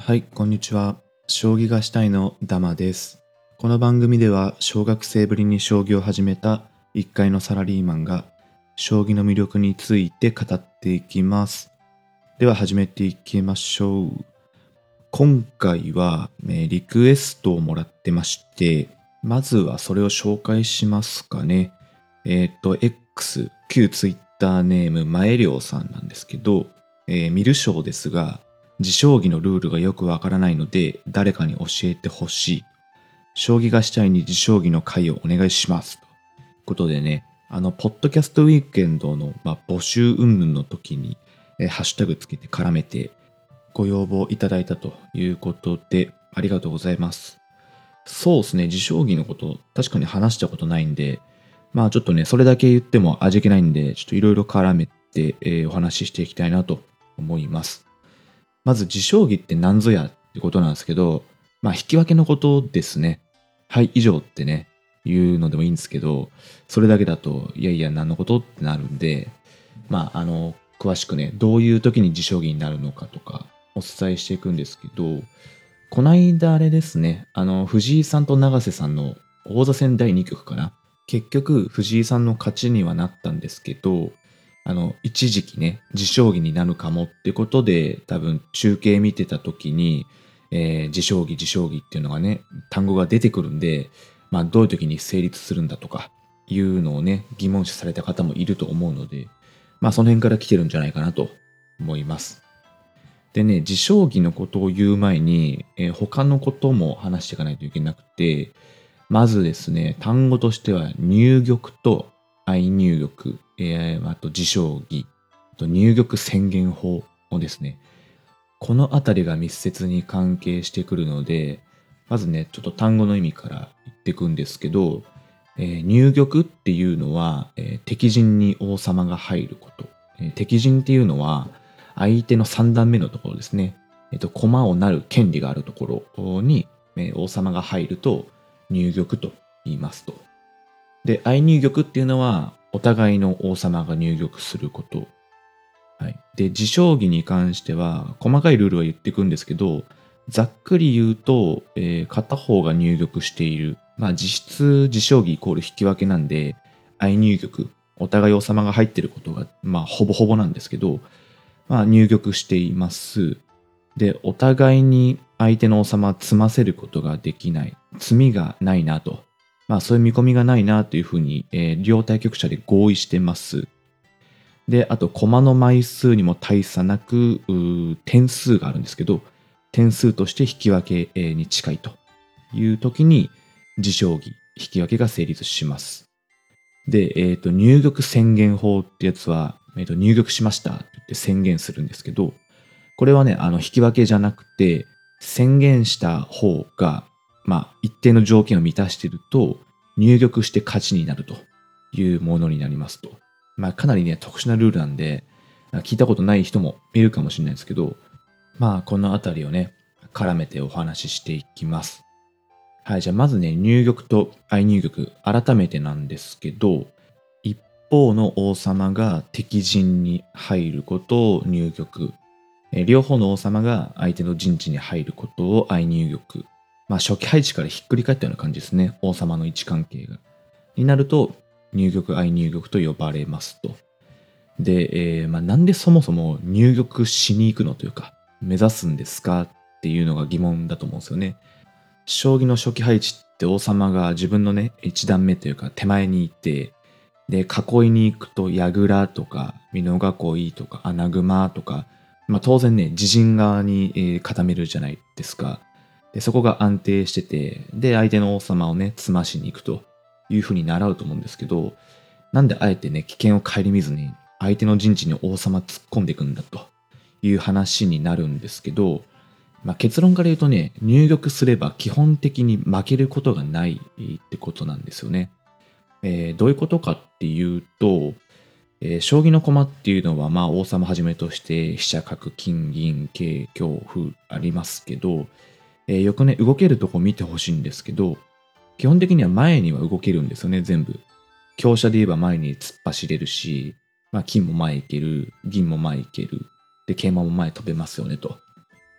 はい、こんにちは。将棋がしたいのダマです。この番組では小学生ぶりに将棋を始めた一階のサラリーマンが将棋の魅力について語っていきます。では始めていきましょう。今回は、リクエストをもらってまして、まずはそれを紹介しますかね。X、旧 Twitter ネーム、前涼さんなんですけど、見る将ですが、持将棋のルールがよくわからないので、誰かに教えてほしい。将棋がしたいに持将棋の会をお願いします。ということでね、ポッドキャストウィークエンドの、募集云々の時に、ハッシュタグつけて絡めてご要望いただいたということで、ありがとうございます。そうですね、持将棋のこと確かに話したことないんで、ちょっとね、それだけ言っても味気ないんで、ちょっといろいろ絡めて、お話ししていきたいなと思います。まず持将棋って何ぞやってことなんですけど、引き分けのことですね。はい、以上ってね、言うのでもいいんですけど、それだけだと、いやいや、何のことってなるんで、詳しくね、どういう時に持将棋になるのかとか、お伝えしていくんですけど、こないだあれですね、藤井さんと永瀬さんの王座戦第2局かな。結局、藤井さんの勝ちにはなったんですけど、一時期ね、持将棋になるかもってことで、多分中継見てた時に、持将棋っていうのがね、単語が出てくるんで、どういう時に成立するんだとか、いうのをね、疑問視された方もいると思うので、その辺から来てるんじゃないかなと思います。でね、持将棋のことを言う前に、他のことも話していかないといけなくて、まずですね、単語としては入玉と相入玉、あと持将棋、あと入玉宣言法をですね、このあたりが密接に関係してくるので、まずね、ちょっと単語の意味から言っていくんですけど、入玉っていうのは、敵陣に王様が入ること。敵陣っていうのは、相手の3段目のところですね。駒を成る権利があるところに、王様が入ると入玉と言いますと。で、相入玉っていうのは、お互いの王様が入玉すること。はい。で、持将棋に関しては、細かいルールは言っていくんですけど、ざっくり言うと、片方が入玉している。実質持将棋イコール引き分けなんで、相入玉、お互い王様が入ってることが、ほぼほぼなんですけど、入玉しています。で、お互いに相手の王様は詰ませることができない。詰みがないなと。そういう見込みがないなというふうに、両対局者で合意してます。で、あと、駒の枚数にも大差なく、点数があるんですけど、点数として引き分けに近いという時に、持将棋、引き分けが成立します。で、入玉宣言法ってやつは、入玉しましたって言って宣言するんですけど、これはね、引き分けじゃなくて、宣言した方が、一定の条件を満たしていると、入玉して勝ちになるというものになりますと。かなりね、特殊なルールなんで、聞いたことない人もいるかもしれないですけど、このあたりをね、絡めてお話ししていきます。はい、じゃあまずね、入玉と相入玉、改めてなんですけど、一方の王様が敵陣に入ることを入玉、両方の王様が相手の陣地に入ることを相入玉。初期配置からひっくり返ったような感じですね。王様の位置関係が。になると、入玉、相入玉と呼ばれますと。で、なんでそもそも入玉しに行くのというか、目指すんですかっていうのが疑問だと思うんですよね。将棋の初期配置って王様が自分のね、一段目というか手前にいて、で、囲いに行くと櫓とか、美濃囲いとか、穴熊とか、当然ね、自陣側に、固めるじゃないですか。で、そこが安定してて、で、相手の王様をね、詰ましに行くというふうに習うと思うんですけど、なんであえてね、危険を顧みずに、相手の陣地に王様突っ込んでいくんだという話になるんですけど、結論から言うとね、入玉すれば基本的に負けることがないってことなんですよね。どういうことかっていうと、将棋の駒っていうのは、王様はじめとして飛車角金銀桂香歩ありますけど、よくね動けるとこ見てほしいんですけど、基本的には前には動けるんですよね、全部。香車で言えば前に突っ走れるし、金も前行ける、銀も前行ける、で桂馬も前飛べますよねと。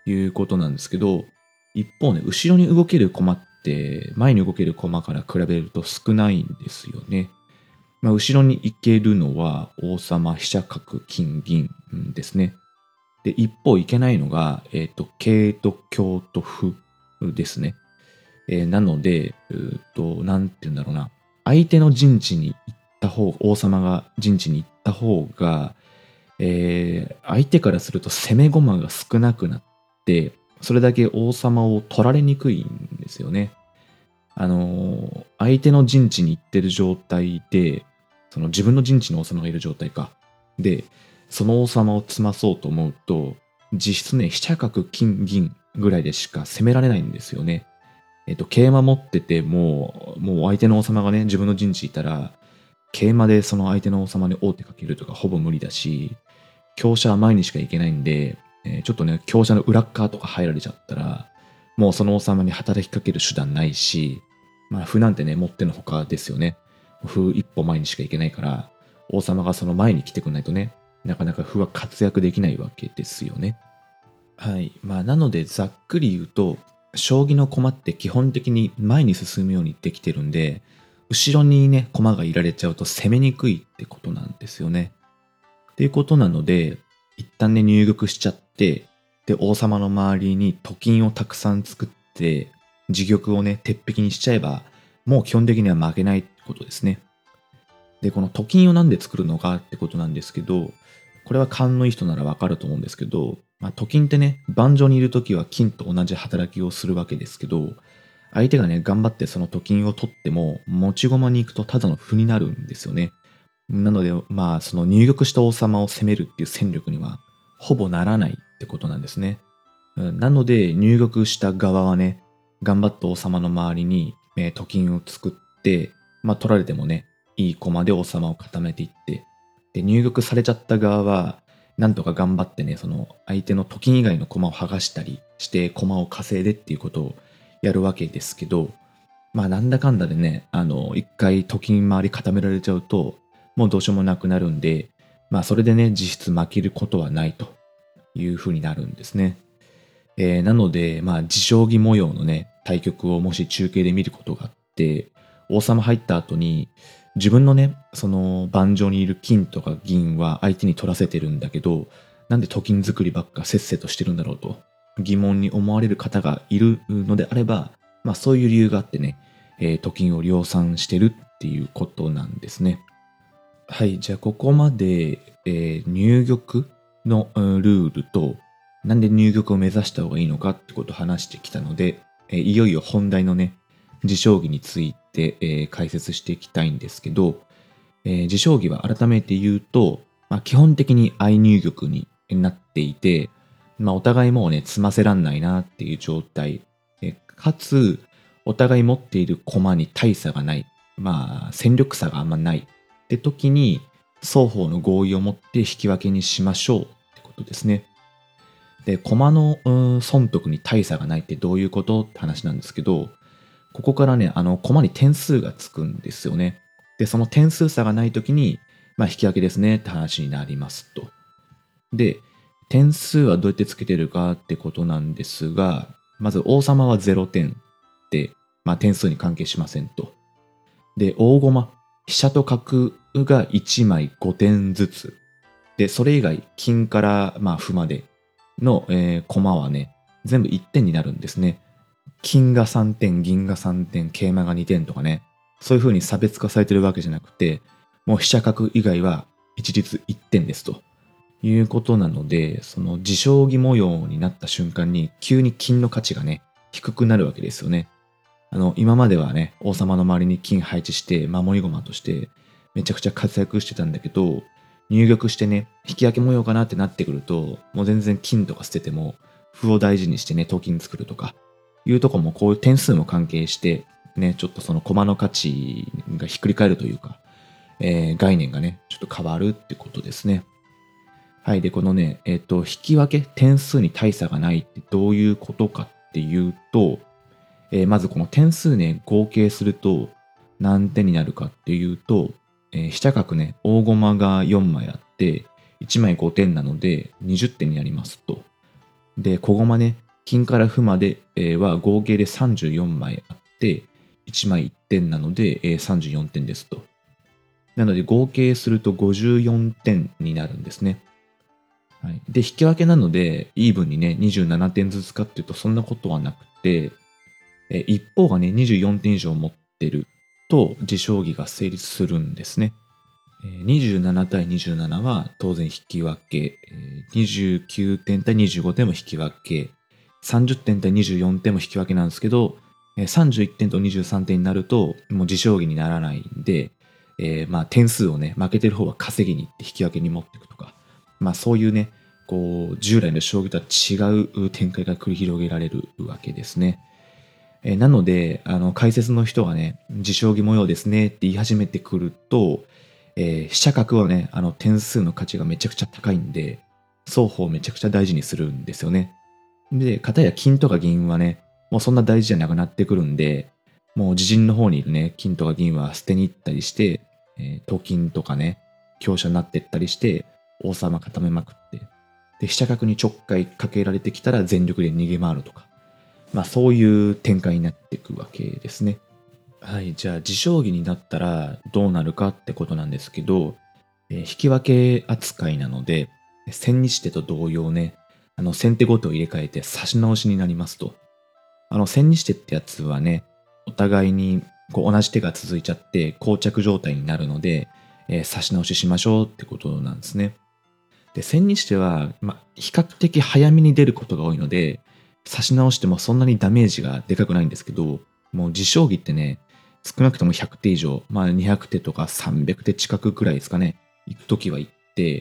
いうことなんですけど、一方ね、後ろに動ける駒って前に動ける駒から比べると少ないんですよね。後ろに行けるのは王様、飛車角、金、銀ですね。で、一方行けないのが、桂と香と歩ですね。なので、なんて言うんだろうな。相手の陣地に行った方、王様が陣地に行った方が、相手からすると攻め駒が少なくなって、それだけ王様を取られにくいんですよね。相手の陣地に行ってる状態で、その自分の陣地の王様がいる状態か。で、その王様を詰まそうと思うと、実質ね、飛車角金銀ぐらいでしか攻められないんですよね。桂馬持っててもう相手の王様がね、自分の陣地いたら、桂馬でその相手の王様に王手かけるとかほぼ無理だし、香車は前にしか行けないんで、ちょっとね、香車の裏っ側とか入られちゃったら、もうその王様に働きかける手段ないし、歩なんてね、持ってのほかですよね。歩一歩前にしか行けないから、王様がその前に来てくんないとね、なかなか歩は活躍できないわけですよね。はい。なので、ざっくり言うと、将棋の駒って基本的に前に進むようにできてるんで、後ろにね、駒がいられちゃうと攻めにくいってことなんですよね。っていうことなので、一旦ね、入玉しちゃって、で、王様の周りにと金をたくさん作って、自玉をね、鉄壁にしちゃえば、もう基本的には負けないってことですね。で、このと金をなんで作るのかってことなんですけど、これは勘のいい人ならわかると思うんですけど、と金ってね、盤上にいるときは金と同じ働きをするわけですけど、相手がね、頑張ってそのと金を取っても、持ち駒に行くとただの歩になるんですよね。なので、その入玉した王様を攻めるっていう戦力には、ほぼならないってことなんですね。なので、入玉した側はね、頑張った王様の周りに、と金を作って、取られてもね、いい駒で王様を固めていって、で、入玉されちゃった側は、なんとか頑張ってね、その相手のと金以外の駒を剥がしたりして、駒を稼いでっていうことをやるわけですけど、なんだかんだでね、一回と金周り固められちゃうと、もうどうしようもなくなるんで、それでね、実質負けることはないという風になるんですね。なので、持将棋模様のね、対局をもし中継で見ることがあって、王様入った後に、自分のね、その盤上にいる金とか銀は相手に取らせてるんだけど、なんでと金作りばっかせっせとしてるんだろうと疑問に思われる方がいるのであれば、そういう理由があってね、と金を量産してるっていうことなんですね。はい、じゃあここまで、入玉のルールと、なんで入玉を目指した方がいいのかってことを話してきたので、いよいよ本題のね、持将棋について、解説していきたいんですけど、持将棋は改めて言うと、基本的に相入玉になっていて、お互いもうね、詰ませらんないなっていう状態。かつ、お互い持っている駒に大差がない。戦力差があんまない。って時に、双方の合意を持って引き分けにしましょうってことですね。で、駒の損得に大差がないってどういうことって話なんですけど、ここからね、駒に点数がつくんですよね。で、その点数差がない時に、引き分けですねって話になりますと。で、点数はどうやってつけてるかってことなんですが、まず王様は0点で、点数に関係しませんと。で、大駒、飛車と角が1枚5点ずつ。で、それ以外、金から歩までの、駒はね、全部1点になるんですね。金が3点、銀が3点、桂馬が2点とかね、そういう風に差別化されてるわけじゃなくて、もう飛車角以外は一律1点ですということなので、その自将棋模様になった瞬間に急に金の価値がね、低くなるわけですよね。今まではね、王様の周りに金配置して守り駒としてめちゃくちゃ活躍してたんだけど、入玉してね、引き分け模様かなってなってくると、もう全然金とか捨てても、歩を大事にしてね、と金作るとか、いうとこもこういう点数も関係して、ね、ちょっとその駒の価値がひっくり返るというか、概念がね、ちょっと変わるってことですね。はい。で、このね、引き分け、点数に大差がないってどういうことかっていうと、まずこの点数ね、合計すると何点になるかっていうと、飛車角ね、大駒が4枚あって、1枚5点なので20点になりますと。 で、小駒ね、金から歩まで、は合計で34枚あって、1枚1点なので、34点ですと。なので合計すると54点になるんですね。はい、で、引き分けなので、イーブンにね、27点ずつかっていうと、そんなことはなくて、一方がね、24点以上持ってると、持将棋が成立するんですね。27対27は当然引き分け、29点対25点も引き分け、30点対24点も引き分けなんですけど、31点と23点になると、もう持将棋にならないんで、まあ点数をね、負けてる方は稼ぎに行って引き分けに持っていくとか、まあそういうね、こう、従来の将棋とは違う展開が繰り広げられるわけですね。なので、解説の人がね、持将棋模様ですねって言い始めてくると、飛車角はね、点数の価値がめちゃくちゃ高いんで、双方めちゃくちゃ大事にするんですよね。で、片や金とか銀はね、もうそんな大事じゃなくなってくるんで、もう自陣の方にいるね、金とか銀は捨てに行ったりして、と金とかね、香車になってったりして、王様固めまくって、で、飛車角にちょっかいかけられてきたら全力で逃げ回るとか、まあそういう展開になっていくわけですね。はい、じゃあ持将棋になったらどうなるかってことなんですけど、引き分け扱いなので、千日手と同様ね、先手ごとを入れ替えて指し直しになりますと。千日手ってやつはね、お互いにこう同じ手が続いちゃって膠着状態になるので、指し直ししましょうってことなんですね。で、千日手は、比較的早めに出ることが多いので、指し直してもそんなにダメージがでかくないんですけど、もう持将棋ってね、少なくとも100手以上、200手とか300手近くくらいですかね、行くときは行って、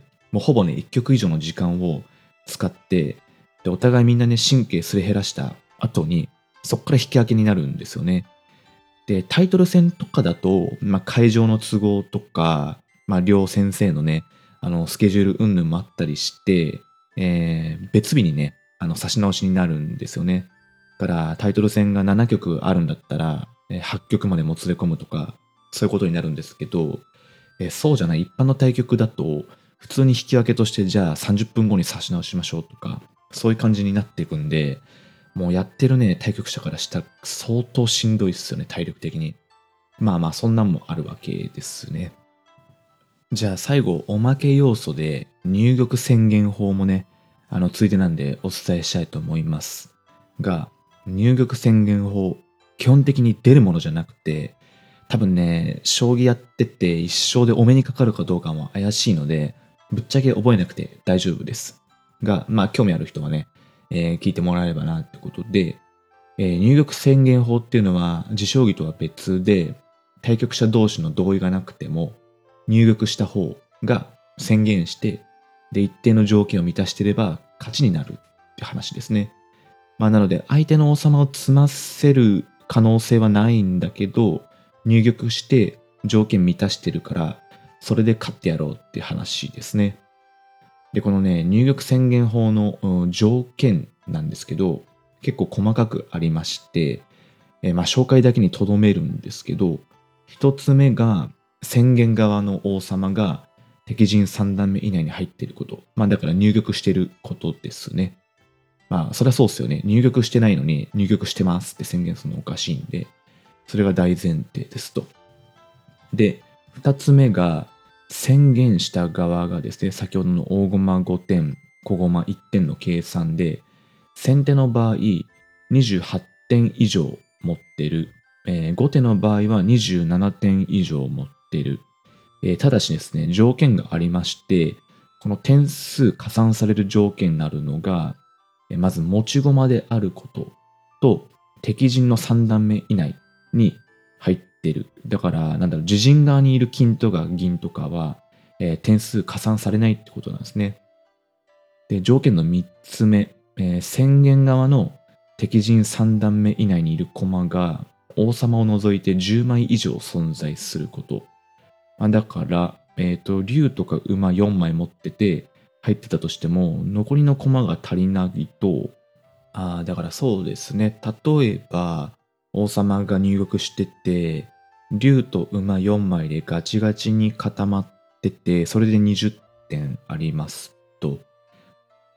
もうほぼね、1局以上の時間を使って、で、お互いみんなね、神経すり減らした後に、そっから引き分けになるんですよね。で、タイトル戦とかだと、会場の都合とか、両先生のね、スケジュール云々もあったりして、別日にね、指し直しになるんですよね。だから、タイトル戦が7局あるんだったら、8局までもつれ込むとか、そういうことになるんですけど、そうじゃない一般の対局だと、普通に引き分けとして、じゃあ30分後に指し直しましょうとか、そういう感じになっていくんで、もうやってるね、対局者からしたら相当しんどいっすよね、体力的に。そんなんもあるわけですね。じゃあ最後、おまけ要素で入玉宣言法もね、ついでなんでお伝えしたいと思いますが、入玉宣言法、基本的に出るものじゃなくて、多分ね、将棋やってて一生でお目にかかるかどうかも怪しいので、ぶっちゃけ覚えなくて大丈夫です。が、興味ある人はね、聞いてもらえればなってことで、入玉宣言法っていうのは、持将棋とは別で、対局者同士の同意がなくても、入玉した方が宣言して、で、一定の条件を満たしていれば勝ちになるって話ですね。なので、相手の王様を詰ませる可能性はないんだけど、入玉して条件満たしてるから、それで勝ってやろうって話ですね。で、このね、入玉宣言法の条件なんですけど、結構細かくありまして、紹介だけにとどめるんですけど、一つ目が宣言側の王様が敵陣三段目以内に入っていること。だから入玉してることですね。そりゃそうですよね。入玉してないのに入玉してますって宣言するのおかしいんで、それが大前提ですと。で、二つ目が宣言した側がですね、先ほどの大駒5点、小駒1点の計算で、先手の場合、28点以上持ってる。後手の場合は27点以上持ってる。ただしですね、条件がありまして、この点数加算される条件になるのが、まず持ち駒であることと、敵陣の3段目以内に入ってる。だから、自陣側にいる金とか銀とかは、点数加算されないってことなんですね。で、条件の3つ目、宣言側の敵陣3段目以内にいる駒が王様を除いて10枚以上存在すること。だから、竜とか馬4枚持ってて入ってたとしても、残りの駒が足りないと、だからそうですね。例えば、王様が入玉してて、竜と馬4枚でガチガチに固まってて、それで20点ありますと。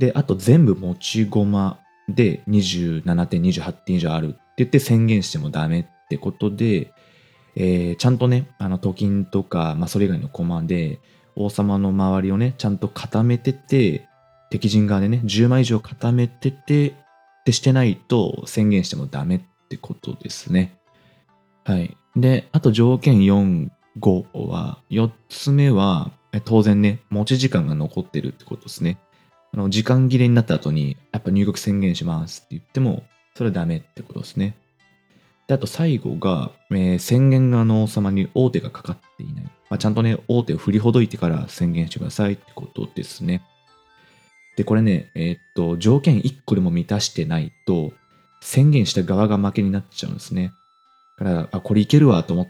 で、あと全部持ち駒で27点、28点以上あるって言って宣言してもダメってことで、ちゃんとね、と金とか、それ以外の駒で、王様の周りをね、ちゃんと固めてて、敵陣側でね、10枚以上固めてて、ってしてないと宣言してもダメってことですね。はい。で、あと条件4、5は、4つ目は、当然ね、持ち時間が残ってるってことですね。時間切れになった後に、やっぱ入国宣言しますって言っても、それはダメってことですね。で、あと最後が、宣言側の王様に王手がかかっていない。ちゃんとね、王手を振りほどいてから宣言してくださいってことですね。で、これね、条件1個でも満たしてないと、宣言した側が負けになっちゃうんですね。だから、これいけるわと思って、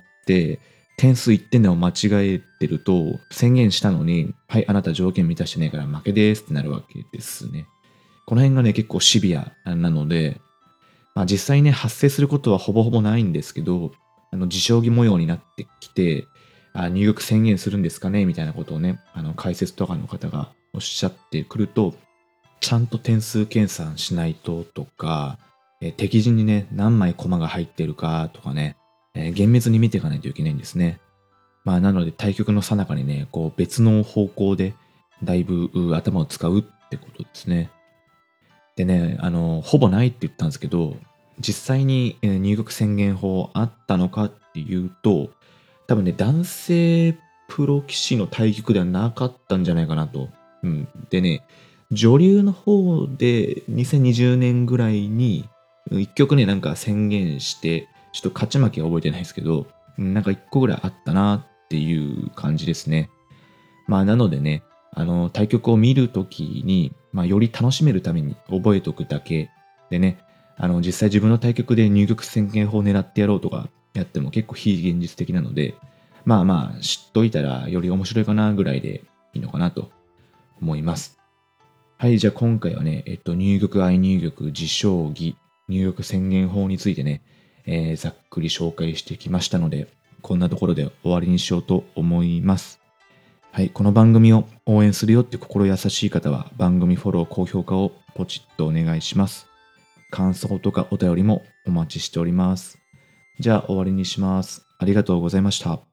点数1点でも間違えてると、宣言したのに、はい、あなた条件満たしてないから負けですってなるわけですね。この辺がね、結構シビアなので、実際ね、発生することはほぼほぼないんですけど、自将棋模様になってきて、入玉宣言するんですかねみたいなことをね、解説とかの方がおっしゃってくると、ちゃんと点数計算しないととか、敵陣にね、何枚駒が入ってるかとかね、厳密に見ていかないといけないんですね。なので対局の最中にね、こう別の方向でだいぶ頭を使うってことですね。でね、ほぼないって言ったんですけど、実際に入国宣言法あったのかっていうと、多分ね、男性プロ棋士の対局ではなかったんじゃないかなと。うん。でね、女流の方で2020年ぐらいに、一局ね、なんか宣言して、ちょっと勝ち負けは覚えてないですけど、なんか一個ぐらいあったなっていう感じですね。なのでね、対局を見るときに、より楽しめるために覚えておくだけでね、実際自分の対局で入玉宣言法を狙ってやろうとかやっても結構非現実的なので、知っといたらより面白いかなぐらいでいいのかなと思います。はい、じゃあ今回はね、入玉、相入玉、自将棋、入玉宣言法についてね、ざっくり紹介してきましたので、こんなところで終わりにしようと思います。はい、この番組を応援するよって心優しい方は番組フォロー、高評価をポチッとお願いします。感想とかお便りもお待ちしております。じゃあ終わりにします。ありがとうございました。